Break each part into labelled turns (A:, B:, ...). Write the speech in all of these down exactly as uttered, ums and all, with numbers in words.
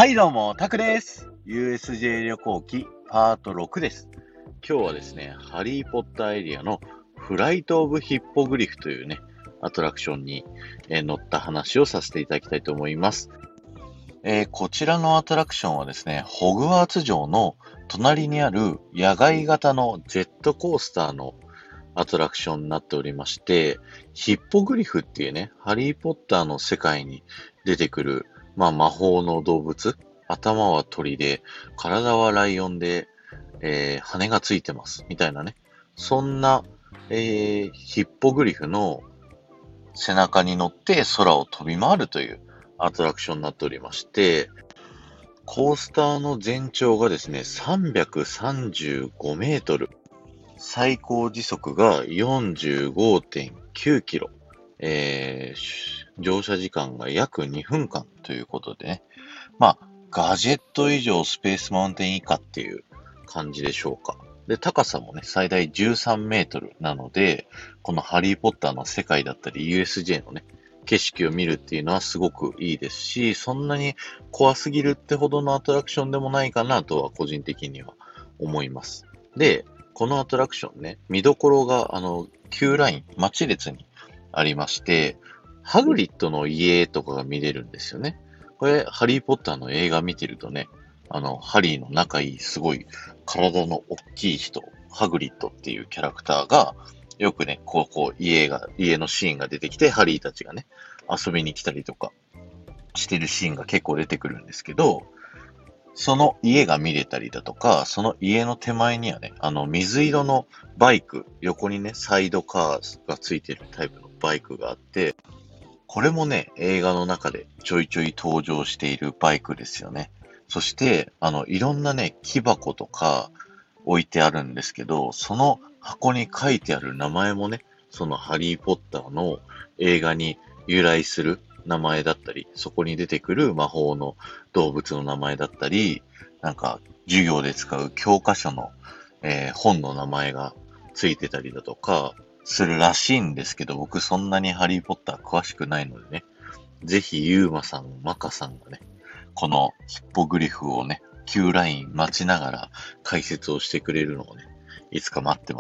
A: はいどうも、タクです。ユーエスジェー 旅行記パートろくです。今日はですね、ハリーポッターエリアのフライトオブヒッポグリフというね、アトラクションに、えー乗った話をさせていただきたいと思います。えーこちらのアトラクションはですね、ホグワーツ城の隣にある野外型のジェットコースターのアトラクションになっておりまして、ヒッポグリフっていうね、ハリーポッターの世界に出てくる、まあ魔法の動物、頭は鳥で、体はライオンで、えー羽がついてます、みたいなね。そんな、えーヒッポグリフの背中に乗って空を飛び回るというアトラクションになっておりまして、コースターの全長がですね、さんびゃくさんじゅうごメートル。最高時速が よんじゅうごてんきゅうキロ。えー乗車時間が約にふんかんということでね。まあ、ガジェット以上スペースマウンテン以下っていう感じでしょうか。で、高さもね、最大じゅうさんメートルなので、このハリーポッターの世界だったり ユーエスジェー のね、景色を見るっていうのはすごくいいですし、そんなに怖すぎるってほどのアトラクションでもないかなとは個人的には思います。で、このアトラクションね、見どころが、あの、Q ライン、待ち列にありまして、ハグリッドの家とかが見れるんですよね。これ、ハリーポッターの映画見てるとね、あの、ハリーの仲いい、すごい体の大きい人、ハグリッドっていうキャラクターが、よくね、こう、こう、家が、家のシーンが出てきて、ハリーたちがね、遊びに来たりとかしてるシーンが結構出てくるんですけど、その家が見れたりだとか、その家の手前にはね、あの、水色のバイク、横にね、サイドカーがついてるタイプのバイクがあって、これもね、映画の中でちょいちょい登場しているバイクですよね。そして、あの、いろんなね、木箱とか置いてあるんですけど、その箱に書いてある名前もね、そのハリーポッターの映画に由来する名前だったり、そこに出てくる魔法の動物の名前だったり、なんか授業で使う教科書の、えー本の名前がついてたりだとか、するらしいんですけど、僕そんなにハリーポッター詳しくないのでね、ぜひユーマさん、マカさんがね、このヒッポグリフをね、Q ライン待ちながら解説をしてくれるのをね、いつか待ってます。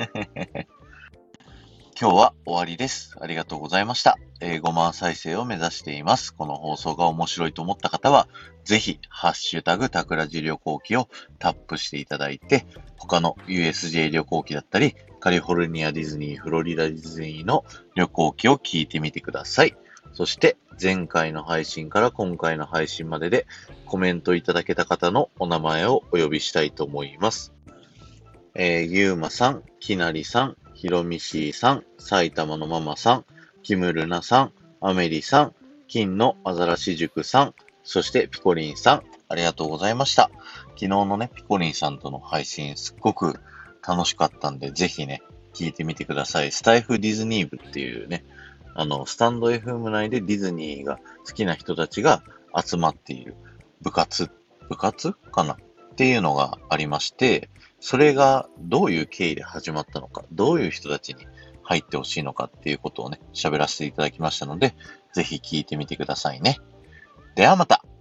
A: 今日は終わりです。ありがとうございました。えーごまん再生を目指しています。この放送が面白いと思った方は、ぜひ、ハッシュタグタクラジ旅行記をタップしていただいて、他の ユーエスジェー 旅行記だったり、カリフォルニアディズニー、フロリダディズニーの旅行記を聞いてみてください。そして、前回の配信から今回の配信まででコメントいただけた方のお名前をお呼びしたいと思います。えー、ゆうまさん、きなりさん、ひろみしーさん、埼玉のママさん、きむるなさん、アメリさん、金のアザラシ塾さん、そしてピコリンさん、ありがとうございました。昨日のね、ピコリンさんとの配信すっごく楽しかったんで、ぜひね、聞いてみてください。スタイフディズニー部っていうね、あの、スタンド エフエム 内でディズニーが好きな人たちが集まっている部活、部活かなっていうのがありまして、それがどういう経緯で始まったのか、どういう人たちに入ってほしいのかっていうことをね、喋らせていただきましたので、ぜひ聞いてみてくださいね。ではまた。